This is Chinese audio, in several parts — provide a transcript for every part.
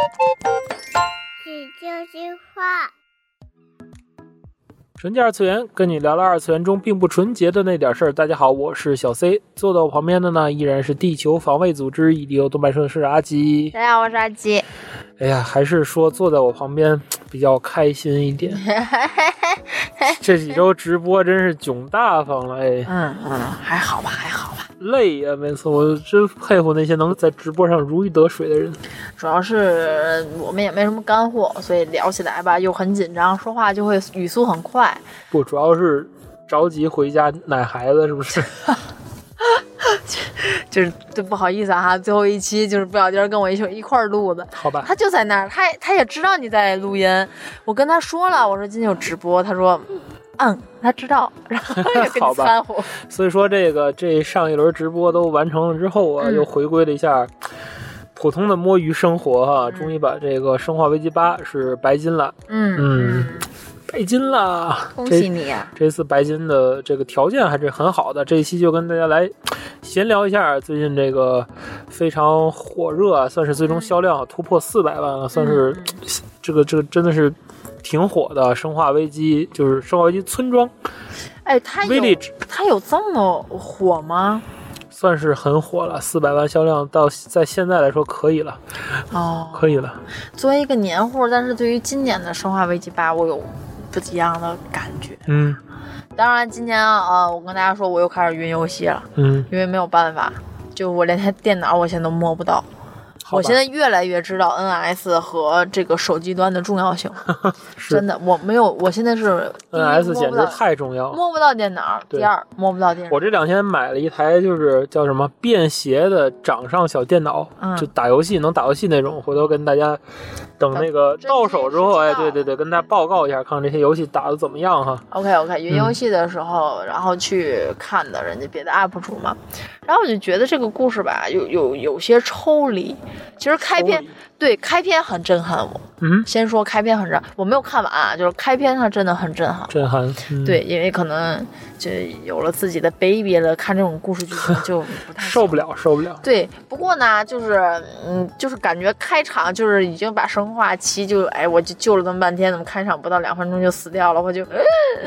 这就是话。 纯洁二次元，跟你聊聊二次元中并不纯洁的那点事儿。大家好，我是小 C， 坐在我旁边的呢依然是地球防卫组织EDO动漫社是阿基。 大家好，我是阿基。 哎呀，还是说坐在我旁边比较开心一点。这几周直播真是囧大方了，哎。 还好吧。 累呀，每次我真佩服那些能在直播上如鱼得水的人。 主要是我们也没什么干货，所以聊起来吧又很紧张，说话就会语速很快。 不，主要是着急回家奶孩子，是不是？ 就是不好意思啊，最后一期就是不小心跟我一块儿录的。 好吧， 他就在那儿，他也知道你在录音。我跟他说了，我说今天有直播，他说他知道，然后也跟你掺和。 所以说这上一轮直播都完成了之后啊，又回归了一下普通的摸鱼生活哈，终于把这个《生化危机8》是白金了。白金了， 恭喜你啊！ 这次白金的这个条件还是很好的。这一期就跟大家来闲聊一下最近这个非常火热啊，算是最终销量突破400万了，算是这个真的是挺火的。生化危机就是生化危机村庄， 哎，它有这么火吗？ 算是很火了，400万销量到在现在来说可以了。可以了。 作为一个年货，但是对于今年的生化危机8，我有不一样的感觉。当然今年我跟大家说，我又开始云游戏了。因为没有办法，就我连台电脑我现在都摸不到。我现在越来越知道 NS 和这个手机端的重要性。真的，我现在是 NS 简直太重要了， 摸不到电脑。第二，摸不到电脑。 我这2天买了一台就是叫什么便携的掌上小电脑，就打游戏能打游戏那种。回头跟大家等那个到手之后，对，跟大家报告一下，看看这些游戏打得怎么样哈。 OK， 云游戏的时候，然后去看的人家别的 UP 主嘛，然后我就觉得这个故事吧，有些抽离。其实开篇很震撼我。先说开篇很震撼，我没有看完啊，就是开篇它真的很震撼。对，因为可能就有了自己的 baby 了，看这种故事剧情就不太受不了。 对，不过呢，就是感觉开场就是已经把生化7我就救了这么半天，怎么开场不到2分钟就死掉了，我就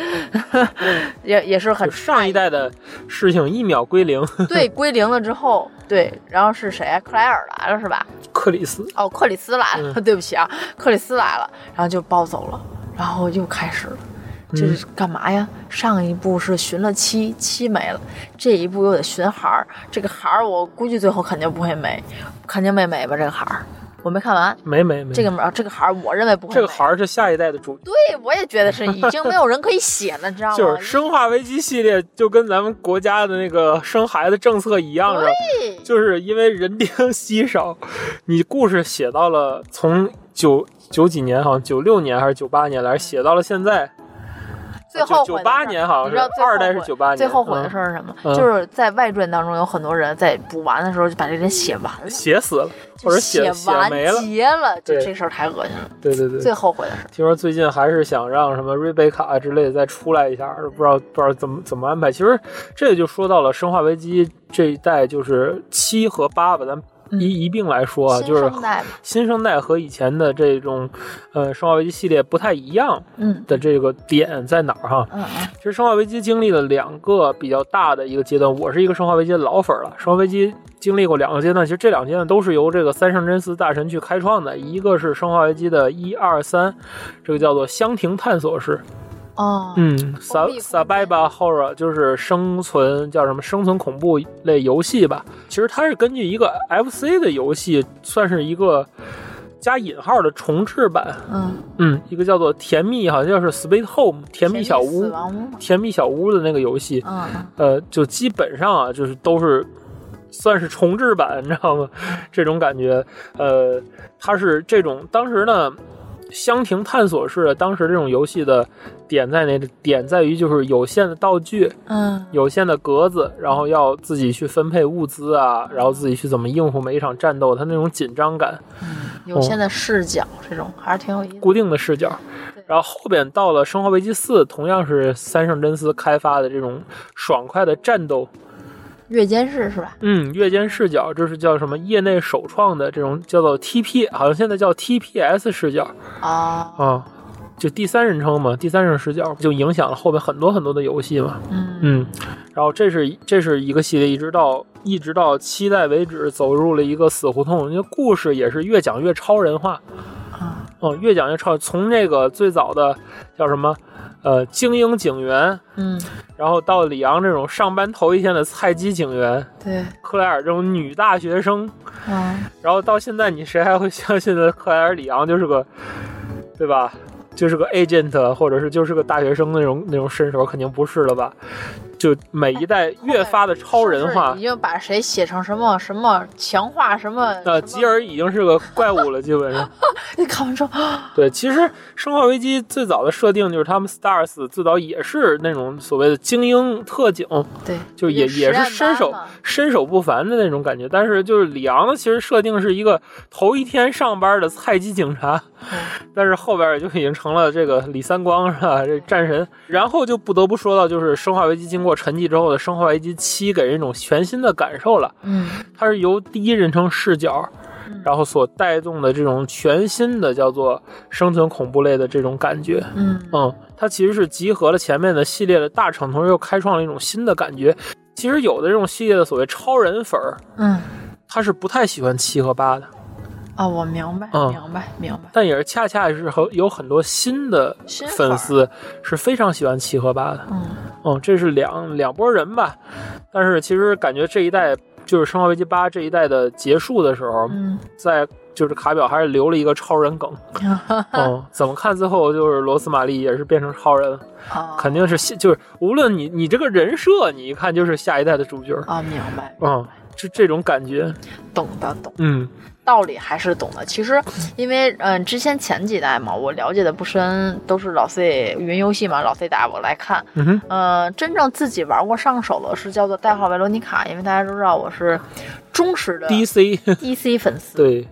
也是很上一代的事情1秒归零。 对，归零了之后，对，然后是谁啊？克莱尔来了是吧？ 克里斯来了，对不起啊，克里斯来了，然后就抱走了，然后又开始了。就是干嘛呀？上一部是寻了7没了，这一部又得寻孩儿。这个孩儿我估计最后肯定不会没，肯定没吧？这个孩儿我没看完， 没这个孩儿我认为不会。 这个孩儿是下一代的主角。 对，我也觉得是，已经没有人可以写了，知道吗？ 就是生化危机系列就跟咱们国家的那个生孩子政策一样的，就是因为人丁稀少，你故事写到了从九几年，好像96年还是98年来写到了现在。 最后悔的 98年好像是2代是98年。 最后悔的事是什么？就是在外传当中有很多人在补完的时候就把这人写完了， 写死了，或者写完没了， 结了，就这事儿太恶心了。 对， 最后悔的事。 听说最近还是想让什么瑞贝卡之类的再出来一下，不知道怎么安排。其实这个就说到了生化危机这一代，就是7和8吧，咱一并来说啊，就是新生代和以前的这种生化危机系列不太一样的这个点在哪儿哈？其实生化危机经历了2个比较大的一个阶段，我是一个生化危机的老粉了。生化危机经历过2个阶段，其实这2个阶段都是由这个三上真司大神去开创的。一个是生化危机的1、2、3，这个叫做箱庭探索室。Survival Horror 就是生存恐怖类游戏吧。其实它是根据一个 FC 的游戏，算是一个加引号的重制版。一个叫做甜蜜，好像是 Sweet Home 甜蜜小屋的那个游戏。就基本上啊，就是都是算是重制版，你知道吗？这种感觉。它是这种当时呢。箱庭探索式的当时这种游戏的点在于就是有限的道具，有限的格子，然后要自己去分配物资啊，然后自己去怎么应付每一场战斗，它那种紧张感， 有限的视角，这种还是挺有意思。 固定的视角，然后后边到了生化危机4，同样是三上真司开发的这种爽快的战斗。 月间视是吧？ 月间视角，这是叫什么业内首创的这种叫做 TP， 好像现在叫 TPS 视角就第三人称嘛，第三人视角就影响了后面很多很多的游戏嘛。然后这是一个系列，一直到7代为止走入了一个死胡同，因为故事也是越讲越超人化。越讲越超，从这个最早的叫什么精英警员，然后到里昂这种上班头一天的菜鸡警员， 对， 克莱尔这种女大学生，然后到现在你谁还会相信的克莱尔里昂就是个，对吧？就是个 agent， 或者是就是个大学生那种身手，肯定不是了吧？就每一代越发的超人化， 已经把谁写成什么强化什么吉尔已经是个怪物了，基本上。 你看完之后， 对，其实《生化危机》最早的设定就是他们 Stars 最早也是那种所谓的精英特警， 对， 就也是身手不凡的那种感觉。但是就是里昂的其实设定是一个头一天上班的菜鸡警察，但是后边就已经成了这个李三光是吧？这战神。然后就不得不说到就是《生化危机》经过沉寂之后的《生化危机7》给人一种全新的感受了。它是由第一人称视角。然后所带动的这种全新的叫做生存恐怖类的这种感觉，它其实是集合了前面的系列的大成，同时又开创了一种新的感觉。其实有的这种系列的所谓超人粉他是不太喜欢7和8的。 我明白，明白。 但也是恰恰是有很多新的粉丝是非常喜欢7和8的。这是两拨人吧。但是其实感觉这一代。就是《生化危机8》这一代的结束的时候，在就是卡表还是留了一个超人梗。怎么看最后就是罗斯玛丽也是变成超人了，肯定是就是无论你这个人设，你一看就是下一代的主角明白。 这种感觉， 懂。道理还是懂的。其实因为之前前几代嘛，我了解的不深，都是老 C 云游戏嘛，老 C 打我来看。真正自己玩过上手的是叫做代号维罗妮卡，因为大家都知道我是忠实的 DC 粉丝。 对，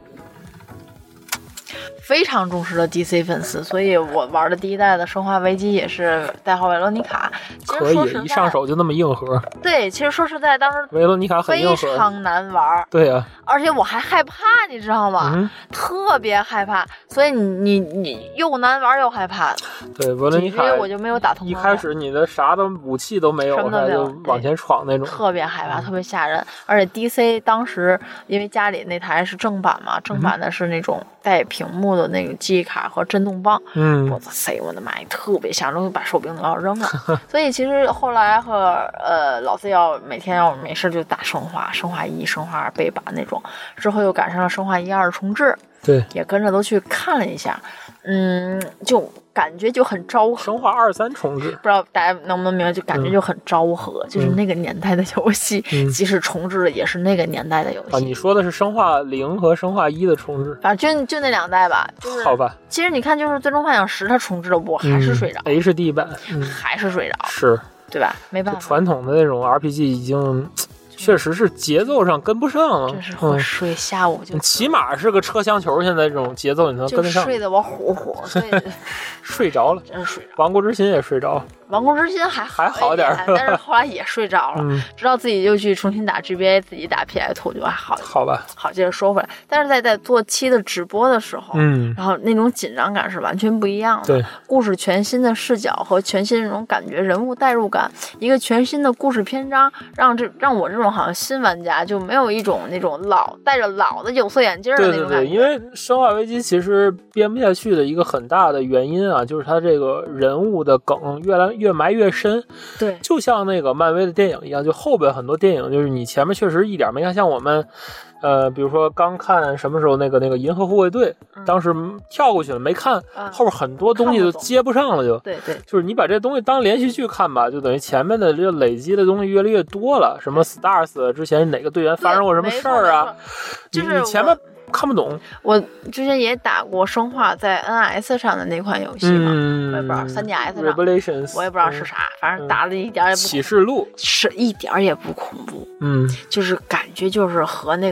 非常忠实的 DC 粉丝，所以我玩的第一代的生化危机也是代号维罗妮卡。 可以一上手就那么硬核。 对，其实说实在，当时维罗妮卡很硬核， 非常难玩。 对啊， 而且我还害怕，你知道吗？特别害怕，所以你又难玩又害怕。 对，维罗妮卡我就没有打通。 一开始你的啥的武器都没有，就往前闯那种， 特别害怕，特别吓人。而且 DC 当时因为家里那台是正版嘛，正版的是那种带屏幕的那个记忆卡和震动棒，我塞，我的妈呀，特别吓人，我把手柄都要扔了。所以其实后来和老 C 每天要没事就打生化1、生化2背板那种，之后又赶上了生化1、2重置， 对， 也跟着都去看了一下，就感觉就很昭和。 生化2、3重置， 不知道大家能不能明白，就感觉就很昭和，就是那个年代的游戏，即使重置了也是那个年代的游戏。 你说的是生化0和生化1的重置， 反正就那2代吧，就是好吧。 其实你看，就是最终幻想10它重置了，我还是睡着 ，HD 版还是睡着， 是， 对吧？没办法， 传统的那种 RPG 已经。确实是节奏上跟不上啊， 真是会睡下午就起码是个车厢球，现在这种节奏你能跟得上， 就睡得我呼呼， 睡着了， 真是睡着。 王国之心也睡着， 王国之心还好点， 但是后来也睡着了，直到自己就去重新打 GBA， 自己打 PS2 就还好吧。 好，接着说回来，但是在做7的直播的时候，然后那种紧张感是完全不一样的。 对， 故事全新的视角和全新那种感觉，人物代入感，一个全新的故事篇章，让我这种好像新玩家就没有一种那种戴着老的有色眼镜的那种感觉。 对，因为生化危机其实编不下去的一个很大的原因啊，就是它这个人物的梗越埋越深。 对， 就像那个漫威的电影一样，就后边很多电影就是你前面确实一点没看，像我们比如说刚看什么时候那个银河护卫队，当时跳过去了没看，后边很多东西都接不上了，就对， 就是你把这东西当连续剧看吧，就等于前面的这个累积的东西越来越多了，什么 Stars 之前哪个队员发生过什么事儿啊， 就是你前面看不懂。 我之前也打过生化在 NS 上的那款游戏嘛，我也不知道 3DS 上 Revelations 我也不知道是啥，反正打了一点也不恐怖， 启示录是一点也不恐怖，就是感觉就是和那个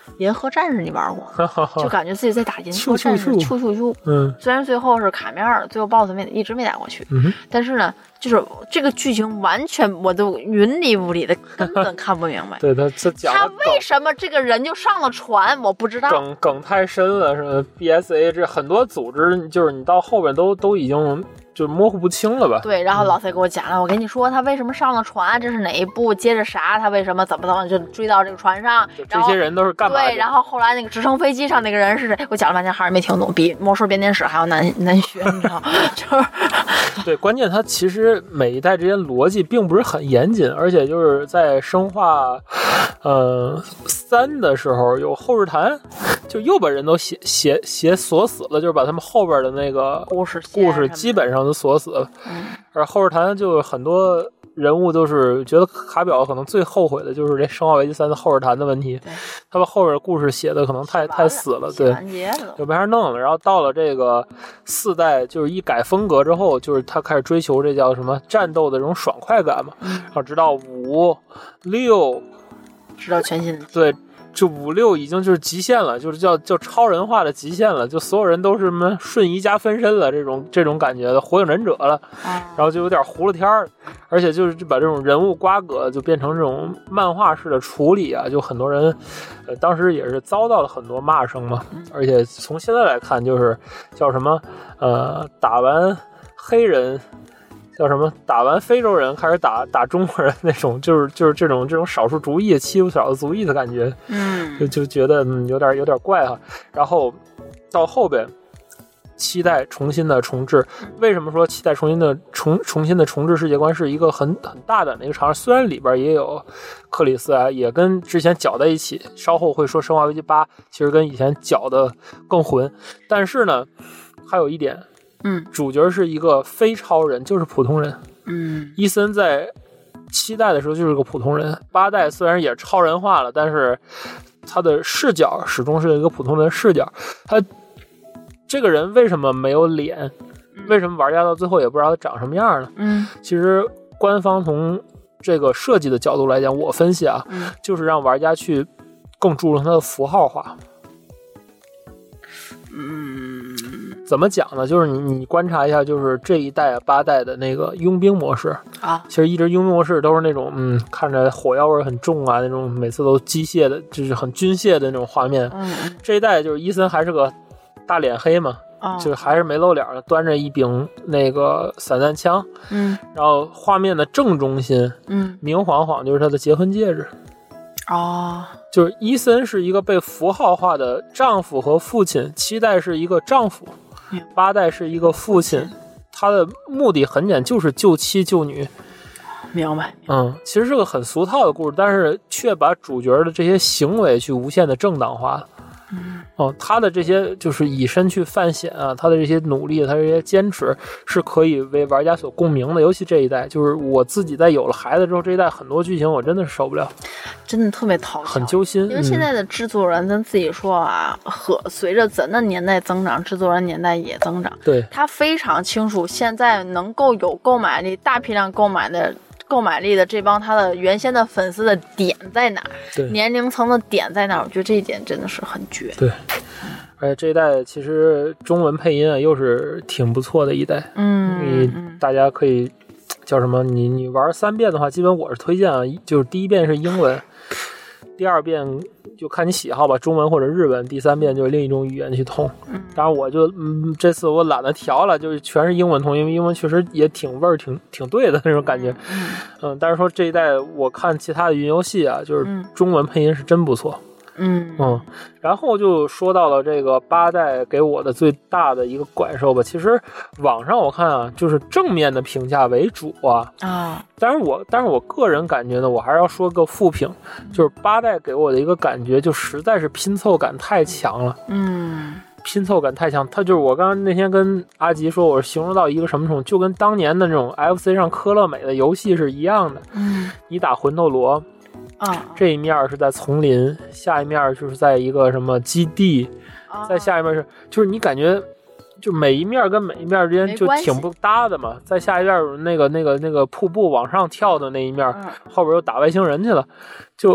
银河战士你玩过就感觉自己在打银河战士咻，虽然最后是卡面儿，最后 BOSS 一直没打过去，但是呢就是这个剧情完全我都云里雾里的，根本看不明白。 对，他讲他为什么这个人就上了船，我不知道。 梗太深了，是吧 ？BSA 这很多组织，就是你到后边都已经就模糊不清了吧？ 对，然后老蔡给我讲了，我跟你说他为什么上了船，这是哪一部，接着啥，他为什么怎么就追到这个船上， 这些人都是干嘛的？ 对，然后后来那个直升飞机上那个人是谁？我讲了半天还是没听懂，比魔兽编年史还要难学，你知道？就是对，关键他其实每一代之间逻辑并不是很严谨，而且就是在生化3的时候有后日谈，就又把人都写锁死了，就是把他们后边的那个故事基本上都锁死了。而后日谈就很多人物都是觉得卡表可能最后悔的就是这《生化危机3》的后日谈的问题，他把后边的故事写的可能太死了，对，就没法弄了。然后到了这个4代，就是一改风格之后，就是他开始追求这叫什么战斗的这种爽快感嘛。然后直到5、6， 直到全新的对。就5、6已经就是极限了，就是叫超人化的极限了，就所有人都是什么瞬移加分身了，这种感觉的火影忍者了，然后就有点糊了天儿，而且就是把这种人物瓜葛就变成这种漫画式的处理啊，就很多人当时也是遭到了很多骂声嘛，而且从现在来看，就是叫什么打完黑人。叫什么？打完非洲人开始打中国人那种，就是这种少数族裔欺负少数族裔的感觉，就觉得有点怪哈。然后到后边7代重新的重置，为什么说7代重新的重置世界观是一个很大胆的一个尝试？虽然里边也有克里斯啊，也跟之前搅在一起，稍后会说《生化危机8》其实跟以前搅的更混，但是呢，还有一点。主角是一个非超人，就是普通人。伊森在7代的时候就是个普通人，8代虽然也超人化了，但是他的视角始终是一个普通人的视角。他这个人为什么没有脸？为什么玩家到最后也不知道他长什么样呢？其实官方从这个设计的角度来讲，我分析啊，就是让玩家去更注重他的符号化。怎么讲呢？就是你观察一下，就是这一代8代的那个佣兵模式啊，其实一直佣兵模式都是那种看着火药味很重啊，那种每次都机械的，就是很军械的那种画面。这一代就是伊森还是个大脸黑嘛，就是还是没露脸的，端着一柄那个散弹枪，然后画面的正中心，明晃晃就是他的结婚戒指。就是伊森是一个被符号化的丈夫和父亲，7代是一个丈夫，8代是一个父亲，他的目的很简单，就是救妻救女。 明白。 其实是个很俗套的故事，但是却把主角的这些行为去无限的正当化了。他的这些就是以身去犯险啊，他的这些努力，他这些坚持是可以为玩家所共鸣的。尤其这一代，就是我自己在有了孩子之后，这一代很多剧情我真的是受不了， 真的特别讨厌， 很揪心。 因为现在的制作人咱自己说啊，随着咱的年代增长，制作人年代也增长， 对， 他非常清楚现在能够有购买力、大批量购买力的这帮他的原先的粉丝的点在哪，年龄层的点在哪，我觉得这一点真的是很绝。 对，而且这一代其实中文配音啊又是挺不错的一代，大家可以叫什么？你玩3遍的话，基本我是推荐啊，就是第1遍是英文，第2遍就看你喜好吧，中文或者日文，第3遍就是另一种语言去通。当然我就这次我懒得调了，就是全是英文通，因为英文确实也挺味儿挺对的那种感觉。但是说这一代我看其他的云游戏啊，就是中文配音是真不错。然后就说到了这个8代给我的最大的一个感受吧。其实网上我看啊，就是正面的评价为主啊。但是我个人感觉呢，我还是要说个负评，就是8代给我的一个感觉，就实在是拼凑感太强了。拼凑感太强，它就是我刚刚那天跟阿吉说，我形容到一个什么程度，就跟当年的那种 FC 上科乐美的游戏是一样的。你打魂斗罗。这一面是在丛林，下一面就是在一个什么基地，再下一面就是你感觉就每一面跟每一面之间就挺不搭的嘛。再下一面那个瀑布往上跳的那一面，后边又打外星人去了，就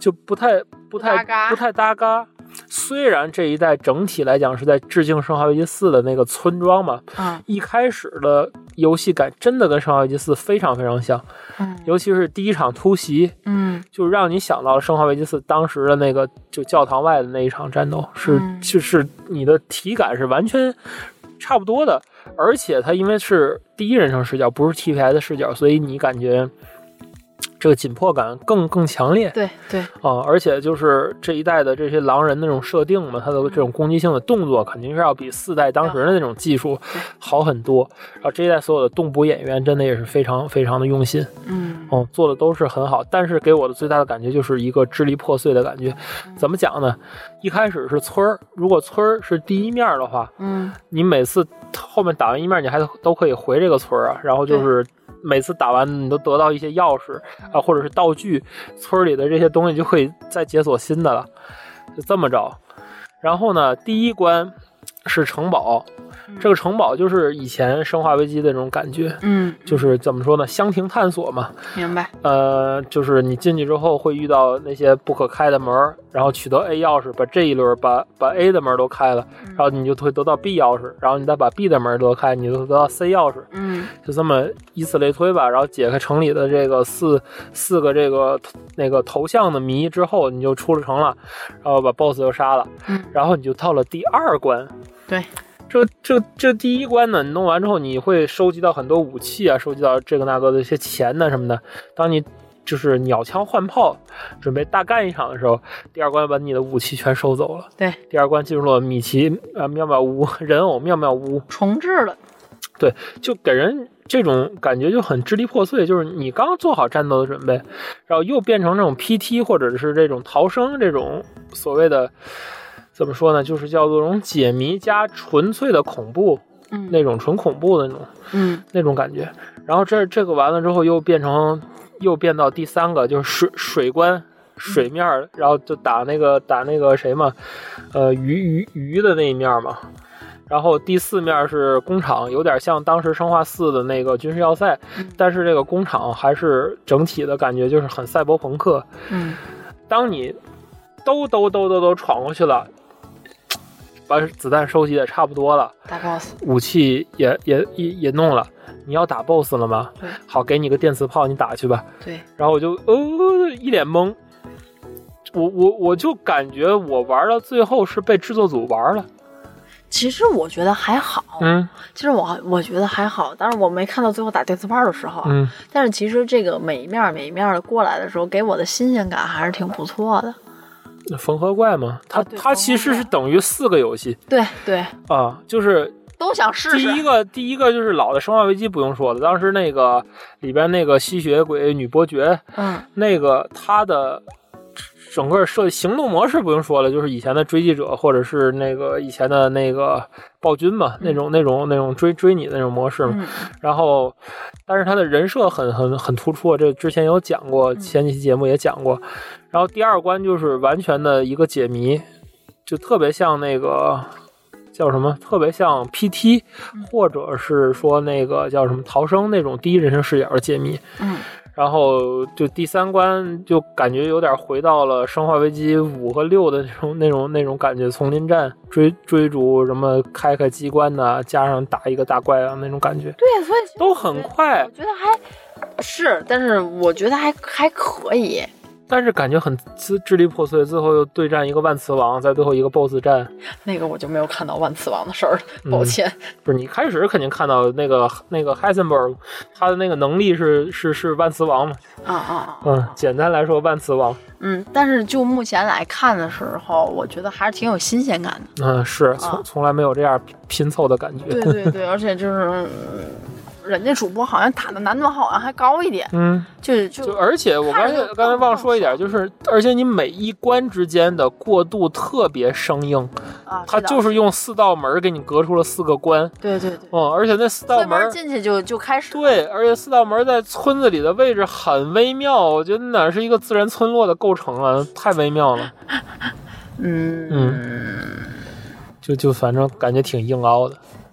就不太搭嘎。虽然这一代整体来讲是在致敬《生化危机4》的那个村庄嘛，一开始的游戏感真的跟《生化危机4》非常非常像，尤其是第一场突袭，就让你想到了《生化危机4》当时的那个就教堂外的那一场战斗，就是你的体感是完全差不多的，而且它因为是第一人称视角，不是 TPS 视角，所以你感觉这个紧迫感更强烈， 对而且就是这一代的这些狼人那种设定嘛，它的这种攻击性的动作肯定是要比4代当时的那种技术好很多。然后这一代所有的动捕演员真的也是非常非常的用心，做的都是很好。但是给我的最大的感觉就是一个支离破碎的感觉。怎么讲呢？一开始是村儿，如果村儿是第一面的话，你每次后面打完一面，你还都可以回这个村啊，然后就是每次打完你都得到一些钥匙啊，或者是道具，村里的这些东西就可以再解锁新的了，就这么着。然后呢，第一关是城堡，这个城堡就是以前生化危机的那种感觉，就是怎么说呢，箱庭探索嘛， 明白。 就是你进去之后会遇到那些不可开的门，然后取得 A 钥匙，把这一轮把 A 的门都开了，然后你就会得到 B 钥匙，然后你再把 B 的门都开，你就得到 C 钥匙，就这么以此类推吧，然后解开城里的这个四个这个那个头像的谜之后，你就出了城了，然后把 BOSS 又杀了，然后你就到了第二关。 对， 这第一关呢，你弄完之后，你会收集到很多武器啊，收集到这个那个的一些钱呢什么的。当你就是鸟枪换炮，准备大干一场的时候，第二关把你的武器全收走了。 对， 第二关进入了米奇妙妙屋人偶妙妙屋重置了。 对，就给人这种感觉就很支离破碎，就是你刚做好战斗的准备，然后又变成这种 PT 或者是这种逃生这种所谓的。怎么说呢？就是叫做这种解谜加纯粹的恐怖，那种纯恐怖的那种，那种感觉。然后这个完了之后，又变到第三个，就是水关水面，然后就打那个谁嘛，鱼的那一面嘛。然后第四面是工厂，有点像当时生化4的那个军事要塞，但是这个工厂还是整体的感觉就是很赛博朋克。当你都闯过去了。把子弹收集的差不多了， 打 boss， 武器也弄了，你要打 boss 了吗？ 对， 好，给你个电磁炮，你打去吧。 对， 然后我就一脸懵，我就感觉我玩到最后是被制作组玩了。 其实我觉得还好，其实我觉得还好，但是我没看到最后打电磁炮的时候，但是其实这个每一面的过来的时候，给我的新鲜感还是挺不错的。 缝合怪嘛，它其实是等于4个游戏。 对啊，就是都想试试。 第一个就是老的生化危机不用说了，当时那个里边那个吸血鬼女伯爵，那个它的整个设计行动模式不用说了，就是以前的追击者或者是那个以前的那个暴君嘛，那种追你的那种模式嘛。然后，但是他的人设很突出，这之前有讲过，前几期节目也讲过。然后第二关就是完全的一个解谜，就特别像那个叫什么，特别像 PT，或者是说那个叫什么逃生那种第一人称视角的解谜。然后就第三关就感觉有点回到了生化危机5和6的那种感觉，丛林战追逐什么开机关呐，加上打一个大怪啊那种感觉。 对，所以都很快。 我觉得还是，但是我觉得还可以。 但是感觉很支离破碎，最后又对战一个万磁王，在最后一个 BOSS 战， 那个我就没有看到万磁王的事儿，抱歉。 不是，你开始肯定看到那个 Heisenberg， 他的那个能力是万磁王嘛？简单来说，万磁王。 但是就目前来看的时候，我觉得还是挺有新鲜感的。 是从来没有这样拼凑的感觉。 对，而且就是。人家主播好像打的难度好像还高一点，就而且我刚才忘说一点，就是而且你每一关之间的过渡特别生硬它就是用4道门给你隔出了4个关， 对， 而且那4道门进去就开始， 对，而且4道门在村子里的位置很微妙，我觉得哪是一个自然村落的构成啊，太微妙了，就反正感觉挺硬凹的。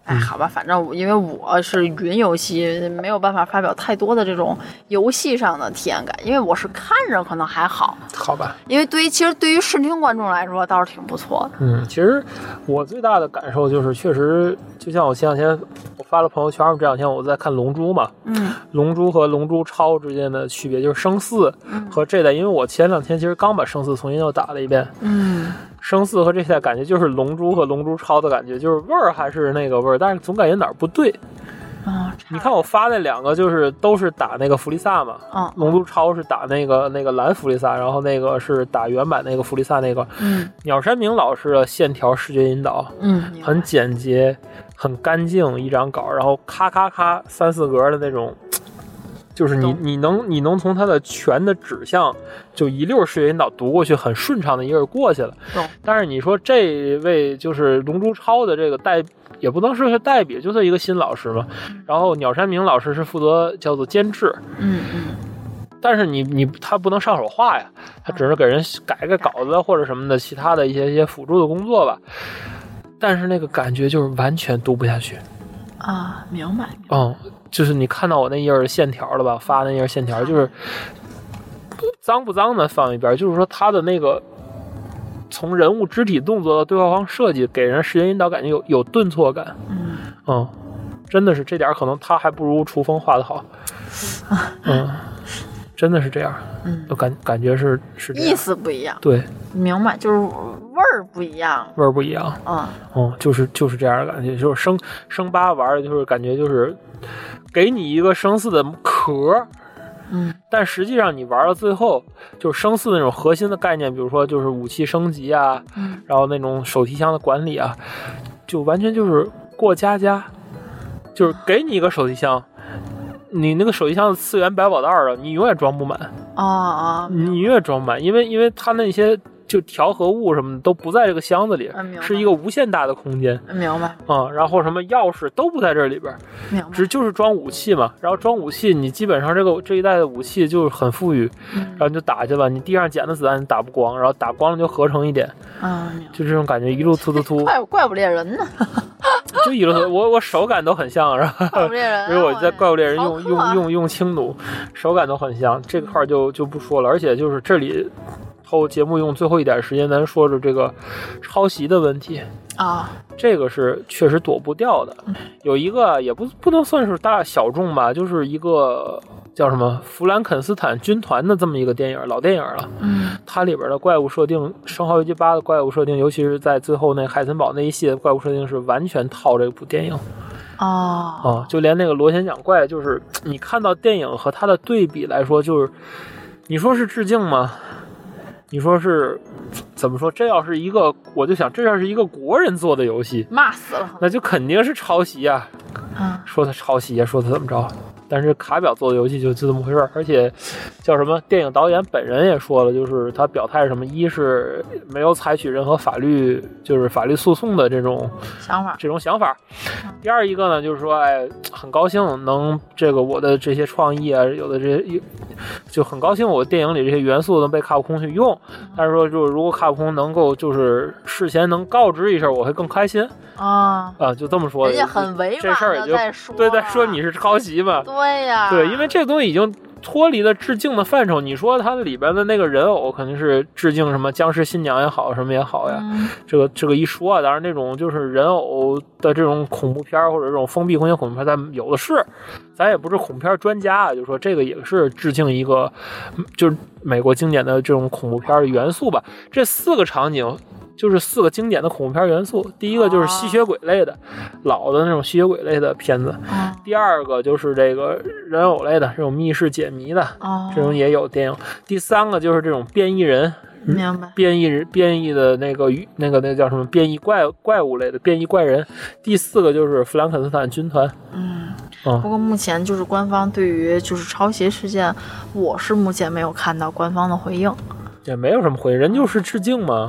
哎，好吧，反正因为我是云游戏，没有办法发表太多的这种游戏上的体验感，因为我是看着可能还好， 好吧。 因为其实对于视听观众来说倒是挺不错的。 其实我最大的感受就是，确实就像我前两天我发了朋友圈，这两天我在看《龙珠》嘛，龙珠和龙珠超之间的区别就是生4和这代，因为我前两天其实刚把生4重新又打了一遍，生4和这代感觉就是龙珠和龙珠超的感觉，就是味儿还是那个味儿，但是总感觉哪儿不对。你看我发那两个就是都是打那个弗利萨嘛，龙珠超是打那个蓝弗利萨，然后那个是打原版那个弗利萨那个。鸟山明老师的线条视觉引导，很简洁，很干净一张稿，然后咔咔咔3-4格的那种。就是你能从他的全的指向就一溜视觉引导读过去，很顺畅的一页过去了。但是你说这位就是龙珠超的这个也不能说是代笔，就是一个新老师嘛。然后鸟山明老师是负责叫做监制。但是他不能上手画呀，他只是给人改个稿子或者什么的其他的一些辅助的工作吧。但是那个感觉就是完全读不下去。 明白。 就是你看到我那页的线条了吧？发那页线条就是脏不脏的放一边，就是说他的那个从人物肢体动作到对话框设计，给人视觉引导感觉有顿挫感。真的是这点可能他还不如厨风画的好。真的是这样。就感觉是这样， 意思不一样。 对， 明白，就是味儿不一样。味儿不一样。就是这样的感觉，就是生8玩的就是感觉就是给你一个生4的壳。但实际上你玩到最后，就是生4那种核心的概念，比如说就是武器升级啊，然后那种手提箱的管理啊，就完全就是过家，就是给你一个手提箱，你那个手机箱的次元百宝袋啊，你永远装不满你永远装不满，因为它那些就调和物什么的都不在这个箱子里，是一个无限大的空间。 明白。 然后什么钥匙都不在这里边，就是装武器嘛。然后装武器，你基本上这一代的武器就是很富裕，然后你就打去吧。你地上捡的子弹你打不光，然后打光了就合成一点。就这种感觉，一路突。 怪物猎人呢？ 就一路我手感都很像，是吧？ 怪物猎人， 因为我在怪物猎人用轻弩，手感都很像。这块就不说了，而且就是这里。后节目用最后一点时间，咱说说这个抄袭的问题这个是确实躲不掉的。有一个也不能算是大小众吧，就是一个叫什么弗兰肯斯坦军团的这么一个电影，老电影了。它里边的怪物设定，《生化危机8》的怪物设定，尤其是在最后那海森堡那一系列的怪物设定，是完全套这部电影。就连那个螺旋桨怪，就是你看到电影和它的对比来说，就是你说是致敬吗？你说是怎么说？这要是一个，我就想，这要是一个国人做的游戏， 骂死了， 那就肯定是抄袭啊！说他抄袭啊，说他怎么着？但是卡表做的游戏就这么回事，而且叫什么？电影导演本人也说了，就是他表态什么，一是没有采取任何法律诉讼的这种想法。第二一个呢，就是说，很高兴能我的这些创意啊，有的这些就很高兴我电影里这些元素能被卡普空去用。但是说，就是如果卡普空能够就是事先能告知一下，我会更开心就这么说。 人家很委婉的这事儿也就在说你是抄袭嘛。 对呀， 对，因为这个东西已经脱离了致敬的范畴。你说它里边的那个人偶肯定是致敬什么僵尸新娘也好，什么也好呀。这个一说啊，当然那种就是人偶的这种恐怖片或者这种封闭空间恐怖片，咱有的是，咱也不是恐怖片专家啊，就说这个也是致敬一个就是美国经典的这种恐怖片的元素吧。这4个场景。就是4个经典的恐怖片元素，第一个就是吸血鬼类的，老的那种吸血鬼类的片子。第二个就是这个人偶类的，这种密室解谜的，这种也有电影。第三个就是这种变异人， 明白？ 变异的那个叫什么？变异怪物类的变异怪人。第4个就是弗兰肯斯坦军团。 不过目前就是官方对于就是抄袭事件，我是目前没有看到官方的回应。 也没有什么回应，人就是致敬嘛。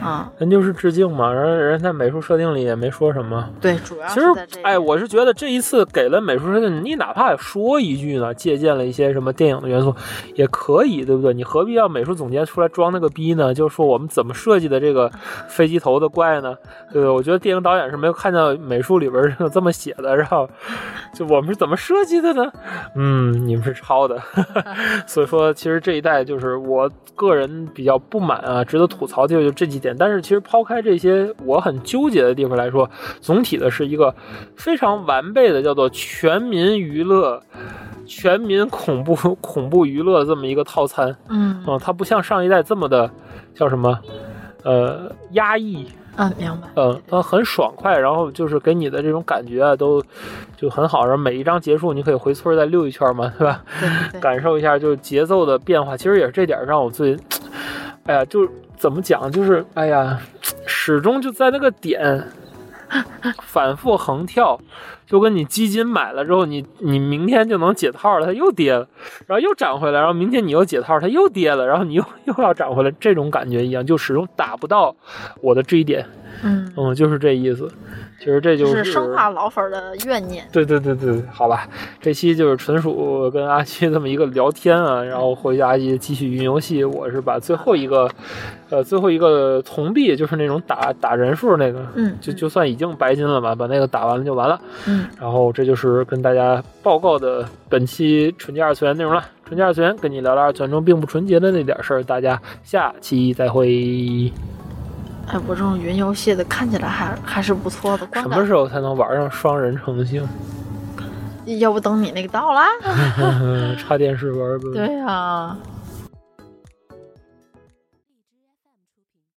人就是致敬嘛，人在美术设定里也没说什么。 对，主要其实我是觉得这一次给了美术设定，你哪怕说一句呢，借鉴了一些什么电影的元素也可以，对不对？你何必要美术总监出来装那个逼呢？就是说我们怎么设计的这个飞机头的怪呢？对不对？我觉得电影导演是没有看到美术里边有这么写的，然后就我们是怎么设计的呢？你们是抄的。所以说其实这一代就是我个人比较不满啊，值得吐槽的就这几点。但是其实抛开这些我很纠结的地方来说，总体的是一个非常完备的叫做全民娱乐、全民恐怖娱乐这么一个套餐。它不像上一代这么的叫什么压抑。 明白。 它很爽快，然后就是给你的这种感觉啊，都就很好。然后每一章结束，你可以回村再溜一圈嘛，对吧？ 对， 感受一下就是节奏的变化。其实也是这点让我最，就怎么讲，就是始终就在那个点反复横跳，就跟你基金买了之后，你明天就能解套了，它又跌了，然后又涨回来，然后明天你又解套，它又跌了，然后你又要涨回来，这种感觉一样，就始终打不到我的 G 点。就是这意思。其实这就是生化老粉的怨念。对， 好吧，这期就是纯属跟阿基这么一个聊天啊，然后回去阿基继续云游戏。我是把最后一个铜币，就是那种打人数那个，就算已经白金了吧，把那个打完了就完了。然后这就是跟大家报告的本期纯洁二次元内容了。纯洁二次元跟你聊聊二次元中并不纯洁的那点事儿，大家下期再会。 我这种云游戏的看起来还是不错的。 什么时候才能玩上双人成性？ 要不等你那个到了， 插电视玩吧。 对呀。